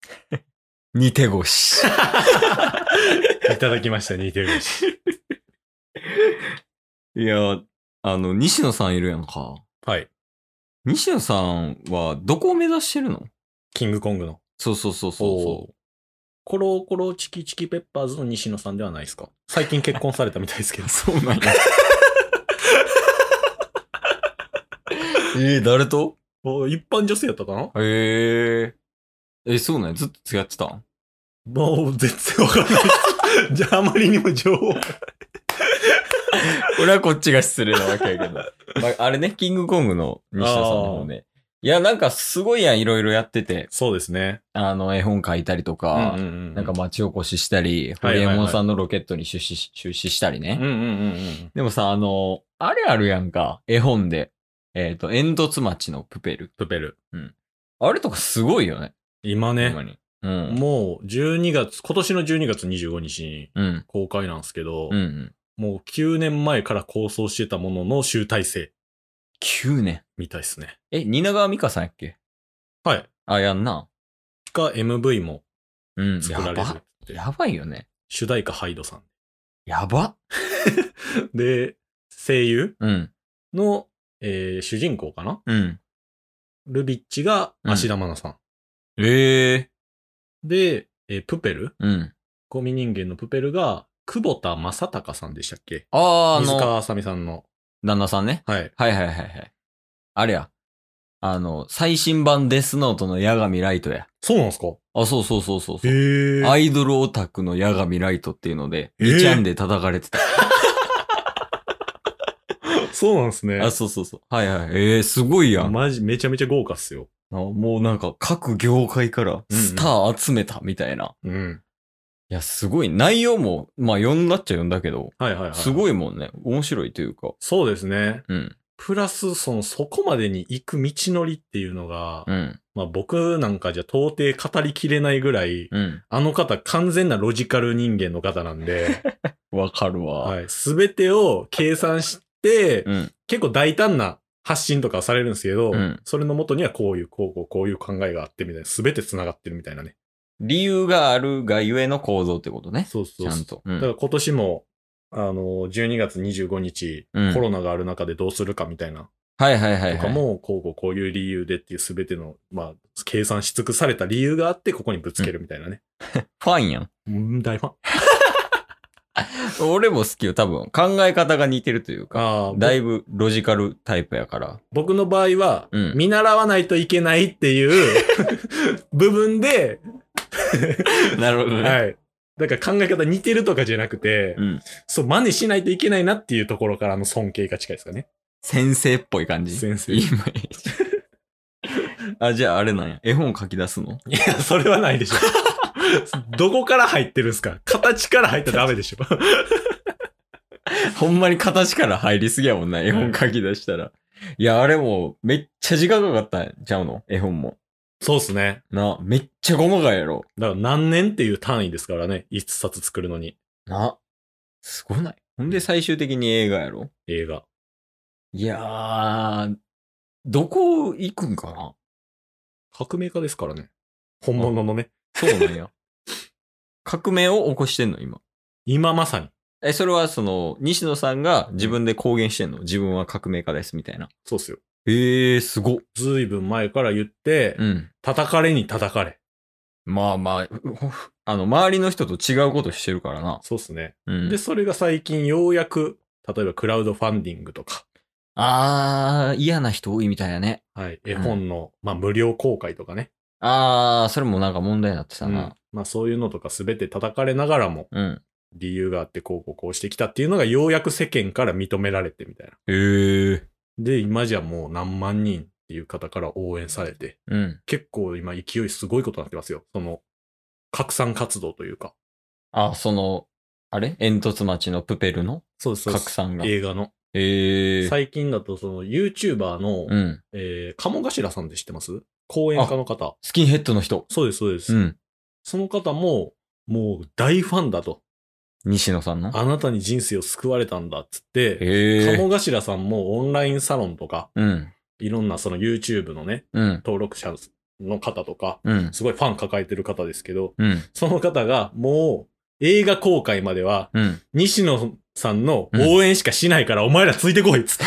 煮手越し。 いただきました、煮手越し。 いや、西野さんいるやんか。 はい。 西野さんはどこを目指してるの？ キングコングの。 そうそうそうそうそコロコロチキチキペッパーズの西野さんではないですか？最近結婚されたみたいですけど。 う。そうなんや。誰と？ 一般女性やったかな？ そうなんや。ずっと付き合ってたん？ もう全然わからないです。じゃああまりにも情報。 俺はこっちが失礼なわけやけど。あれね、キングコングの西野さんの方ね。いや、なんかすごいやん、いろいろやってて。 そうですね。 絵本書いたりとか、なんか町おこししたり、ホリエモンさんのロケットに出資したりね。でもさ、あれあるやんか、絵本で。煙突町のプペル。 プペル。 あれとかすごいよね。 今ね。 にもう今年の12月25日に公開なんですけど、もう9年前から構想してたものの集大成。 9年みたいですね。 蜷川美香さんやっけ？ はい。 やんな。 MV も作られるって。 やばいよね。 主題歌ハイドさん。 やば。 で、声優の、主人公かな？ルビッチが芦田愛菜さん。で、プペル？ゴミ人間のプペルが久保田正孝さんでしたっけ？水川あさみさんの。 旦那さんね。はい。あれや。最新版デスノートの八神ライトや。 そうなんすか？ そう。アイドルオタクの八神ライトっていうので、2ちゃんで叩かれてた。 そうなんすね。 そう。すごいやん。 マジめちゃめちゃ豪華っすよ。 もうなんか各業界からスター集めたみたいな。いや、すごい。内容も、読んだっちゃ読んだけど、すごいもんね。面白いというか。 そうですね。プラス、そこまでに行く道のりっていうのが、僕なんかじゃ到底語りきれないぐらい、あの方完全なロジカル人間の方なんで、 わかるわ。 はい。すべてを計算して、結構大胆な発信とかされるんですけど、それの元にはこういう考えがあってみたいな、すべて繋がってるみたいなね。 理由があるがゆえの構造ってことね。 そう。 ちゃんと。 だから今年も、12月25日、コロナがある中でどうするかみたいな。とかも、こういう理由でっていうすべての、計算し尽くされた理由があって、ここにぶつけるみたいなね。 ファンやん。大ファン。 俺も好きよ、多分。考え方が似てるというか、だいぶロジカルタイプやから。 僕の場合は、見習わないといけないっていう部分で、 なるほどね。 はい。だから考え方似てるとかじゃなくて、そう、真似しないといけないなっていうところからの尊敬が近いですかね。 先生っぽい感じ。 先生。 いいイメージ。じゃああれなんや。絵本書き出すの？ いや、それはないでしょ。どこから入ってるんすか？形から入ったらダメでしょ。 ほんまに形から入りすぎやもんな、絵本書き出したら。いや、あれもめっちゃ時間かかったんちゃうの？絵本も。 そうっすね。 めっちゃ細かいやろ。 だから何年っていう単位ですからね。一冊作るのに。 すごない？ほんで最終的に映画やろ？ 映画。 いやー、どこ行くんかな？ 革命家ですからね。本物のね。 そうなんや。革命を起こしてんの今。 今まさに。 それは西野さんが自分で公言してんの？自分は革命家ですみたいな。 そうっすよ。 すごっ。 ずいぶん前から言って、叩かれに叩かれ。 周りの人と違うことしてるからな。 そうっすね。で、それが最近ようやく、例えばクラウドファンディングとか。 嫌な人多いみたいやね。 はい。絵本の、無料公開とかね。 それもなんか問題になってたな。 そういうのとかすべて叩かれながらも、理由があってこうしてきたっていうのがようやく世間から認められてみたいな。で、今じゃもう何万人っていう方から応援されて、結構今勢いすごいことになってますよ。拡散活動というか。 あれ煙突町のプペルのそうです。 拡散が。 映画の。最近だとYouTuber の、鴨頭さんって知ってます？講演家の方。 スキンヘッドの人。 そうです。その方も、もう大ファンだと。 西野さんの？ あなたに人生を救われたんだっつって、鴨頭さんもオンラインサロンとか、いろんなYouTube のね、登録者の方とか、 うん。 すごいファン抱えてる方ですけど、 うん。 その方がもう映画公開までは、 うん。 西野さんの応援しかしないから、お前らついてこいっつって。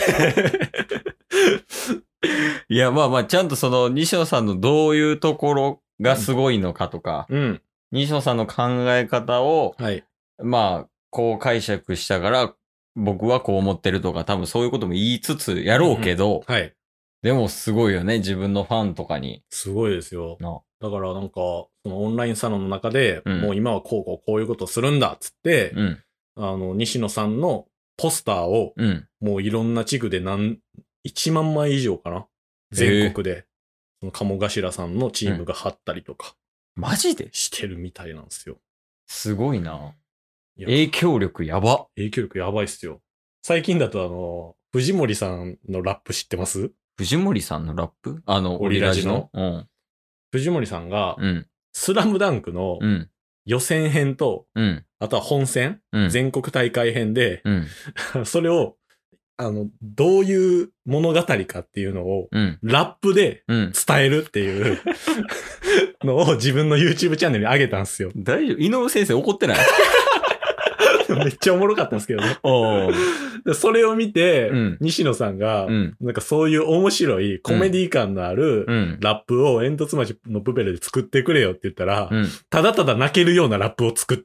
いや、まあまあ、ちゃんとその、西野さんのどういうところがすごいのかとか、 うん。 西野さんの考え方を、 はい。 まあ、こう解釈したから、僕はこう思ってるとか、多分そういうことも言いつつやろうけど、 はい。 でもすごいよね、自分のファンとかに。 すごいですよ。 な。 だからなんか、そのオンラインサロンの中で、 うんもう今はこういうことするんだっつって、 うん。 西野さんのポスターを、 うん。 もういろんな地区で1万枚以上かな全国で、その鴨頭さんのチームが貼ったりとか、 マジでしてるみたいなんですよ。 すごいな。 いや影響力やば。 影響力やばいっすよ。最近だと藤森さんのラップ知ってます？ 藤森さんのラップオリラジのうん。 藤森さんが、 うん。 スラムダンクのうん。 予選編と、 うん。 あとは本戦、 うん。 全国大会編で、 うん。 それを、どういう物語かっていうのを、 うん。 ラップでうん。 伝えるっていうのを自分の YouTube チャンネルに上げたんですよ。 大丈夫？井上先生怒ってない？ めっちゃおもろかったんですけどね。 おでそれを見て、 うん。 西野さんが、 うん。 なんかそういう面白いコメディ感のあるうん。 ラップを煙突町のプペルで作ってくれよって言ったら、 うん。 ただただ泣けるようなラップを作って、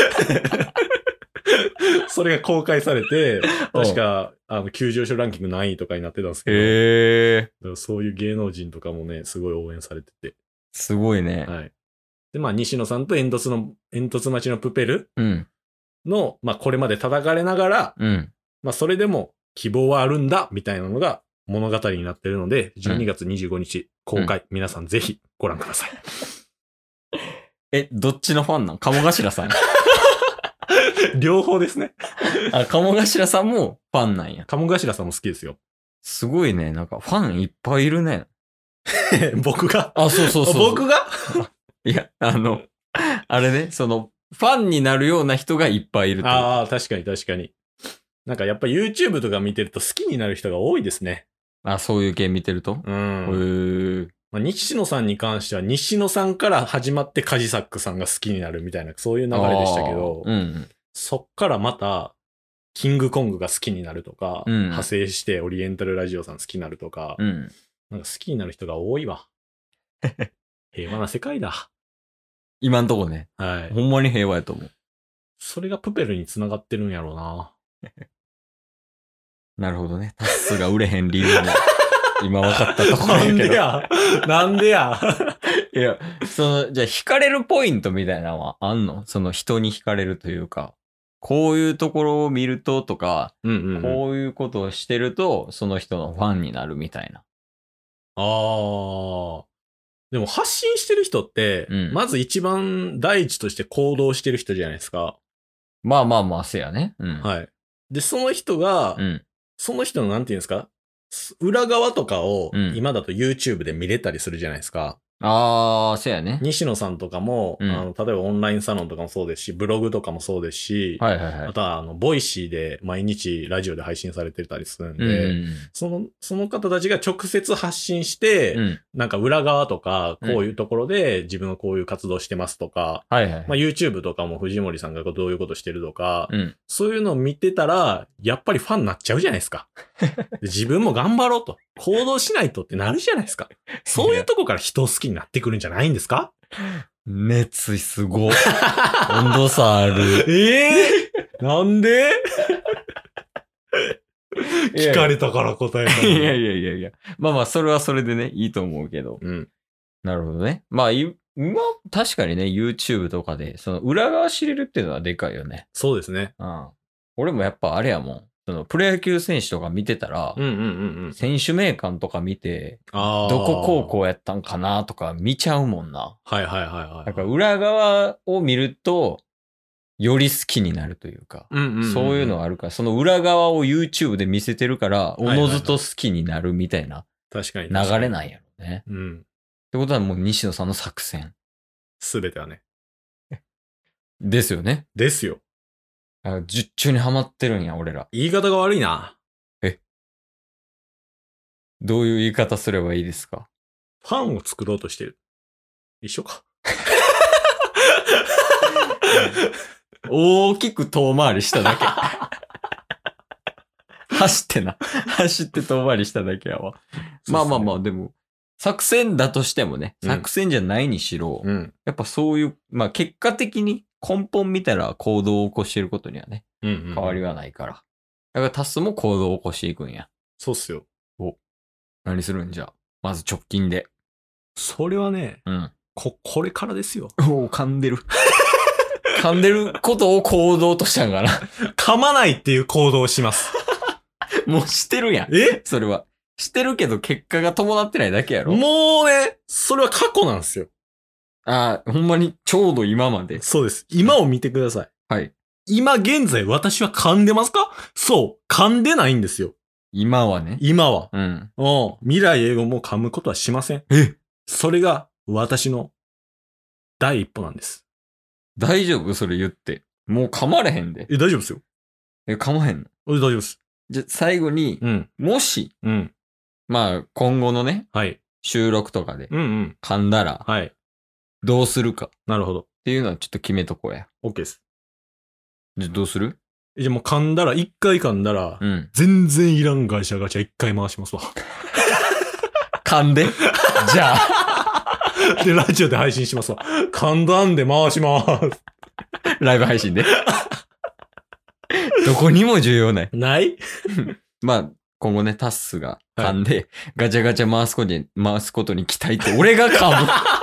それが公開されて、確か、急上昇ランキング何位とかになってたんですけど、 へー。 そういう芸能人とかもね、すごい応援されてて。 すごいね。 はい。で、まあ、西野さんと煙突町のプペルうん。 の、まあ、これまで叩かれながら、 うん。 まあ、それでも希望はあるんだ、みたいなのが物語になってるので、12月25日公開、皆さんぜひご覧ください。 どっちのファンなん？鴨頭さん。 両方ですね。 鴨頭さんもファンなんや。 鴨頭さんも好きですよ。 すごいね。なんかファンいっぱいいるね。 僕がそうそうそう。 僕がいや、あれね、ファンになるような人がいっぱいいると。 ああ、確かに確かに。なんかやっぱ YouTube とか見てると好きになる人が多いですね。 そういう系見てると？ うん。まあ、西野さんに関しては西野さんから始まってカジサックさんが好きになるみたいな、そういう流れでしたけど、 うん、 そっからまた、キングコングが好きになるとか、 うん、 派生してオリエンタルラジオさん好きになるとか、 うん、 なんか好きになる人が多いわ。平和な世界だ。 今んとこね。 はい。 ほんまに平和やと思う。 それがプペルに繋がってるんやろうな。 なるほどね。タッスが売れへん理由も、今分かったところやけど。 なんでやなんでやいや、じゃあ惹かれるポイントみたいなのはあんの？人に惹かれるというか、こういうところを見るととか、 うんうんうん、 こういうことをしてると、その人のファンになるみたいな。 ああ。でも発信してる人って、 うん、 まず一番第一として行動してる人じゃないですか。 まあまあまあ、せやね。うん。 はい。で、その人が、 うん。 その人のなんていうんですか裏側とかをうん今だと YouTube で見れたりするじゃないですか。 せやね。 西野さんとかも、 うん例えばオンラインサロンとかもそうですし、ブログとかもそうですし、 はいはいはい。 あとはボイシーで毎日ラジオで配信されてたりするんで、 うんその方たちが直接発信して、 うん。 なんか裏側とか、 うんこういうところで自分はこういう活動してますとか、 はいはい。 まあ、YouTube とかも藤森さんがどういうことしてるとか、 うん。 そういうのを見てたら、やっぱりファンになっちゃうじゃないですか。自分も頑張ろうと。行動しないとってなるじゃないですか。そういうとこから人を好きになってくるんじゃないんですか？ 熱意すご。温度差ある。 なんで聞かれたから答えたのに。 いやいやいやいや。まあまあ、それはそれでね、いいと思うけど。 うん。 なるほどね。まあ、今、確かにね、YouTube とかで、裏側知れるっていうのはでかいよね。 そうですね。 うん。俺もやっぱあれやもん。プロ野球選手とか見てたら、選手名鑑とか見て、どこ高校やったんかなとか見ちゃうもんな。 はいはいはいはい。 だから裏側を見ると、より好きになるというか、そういうのあるから、その裏側を YouTube で見せてるから、おのずと好きになるみたいな流れなんやろね。 うん。 ってことはもう西野さんの作戦。 すべてはね。 ですよね。 ですよ。 術中にはまってるんや、俺ら。 言い方が悪いな。 どういう言い方すればいいですか？ ファンを作ろうとしてる。一緒か。 大きく遠回りしただけ。走って遠回りしただけやわ。まあまあまあ、でも、作戦だとしてもね、作戦じゃないにしろ、やっぱそういう、まあ結果的に根本見たら行動を起こしていることにはね、変わりはないから。だからタスも行動を起こしていくんや。 そうっすよ。 お。何するんじゃ。まず直近で。 それはね、これからですよ。 お噛んでる。噛んでることを行動としたんかな。 噛まないっていう行動をします。 もうしてるやん。それは。してるけど結果が伴ってないだけやろ。 もうね、それは過去なんですよ。 ああ、ほんまにちょうど今まで。 そうです。今を見てください。 はい。 今現在私は噛んでますか？そう。噛んでないんですよ。 今はね。 今は。未来永劫も噛むことはしません。それが私の第一歩なんです。 大丈夫？それ言って。もう噛まれへんで。 大丈夫ですよ。 噛まへんの？ 大丈夫です。 じゃ、最後に、もし、まあ、今後のね、収録とかで、噛んだら、どうするか。 なるほど。 っていうのはちょっと決めとこうや。 OK です。 じゃ、どうする？ じゃ、もう噛んだら、一回噛んだら、全然いらんガチャガチャ一回回しますわ。 噛んでじゃあ。で、ラジオで配信しますわ。噛んだんで回します。 ライブ配信で。どこにも重要ない。 ないまあ、今後ね、タッスが噛んで、ガチャガチャ回すことに期待って、俺が噛む。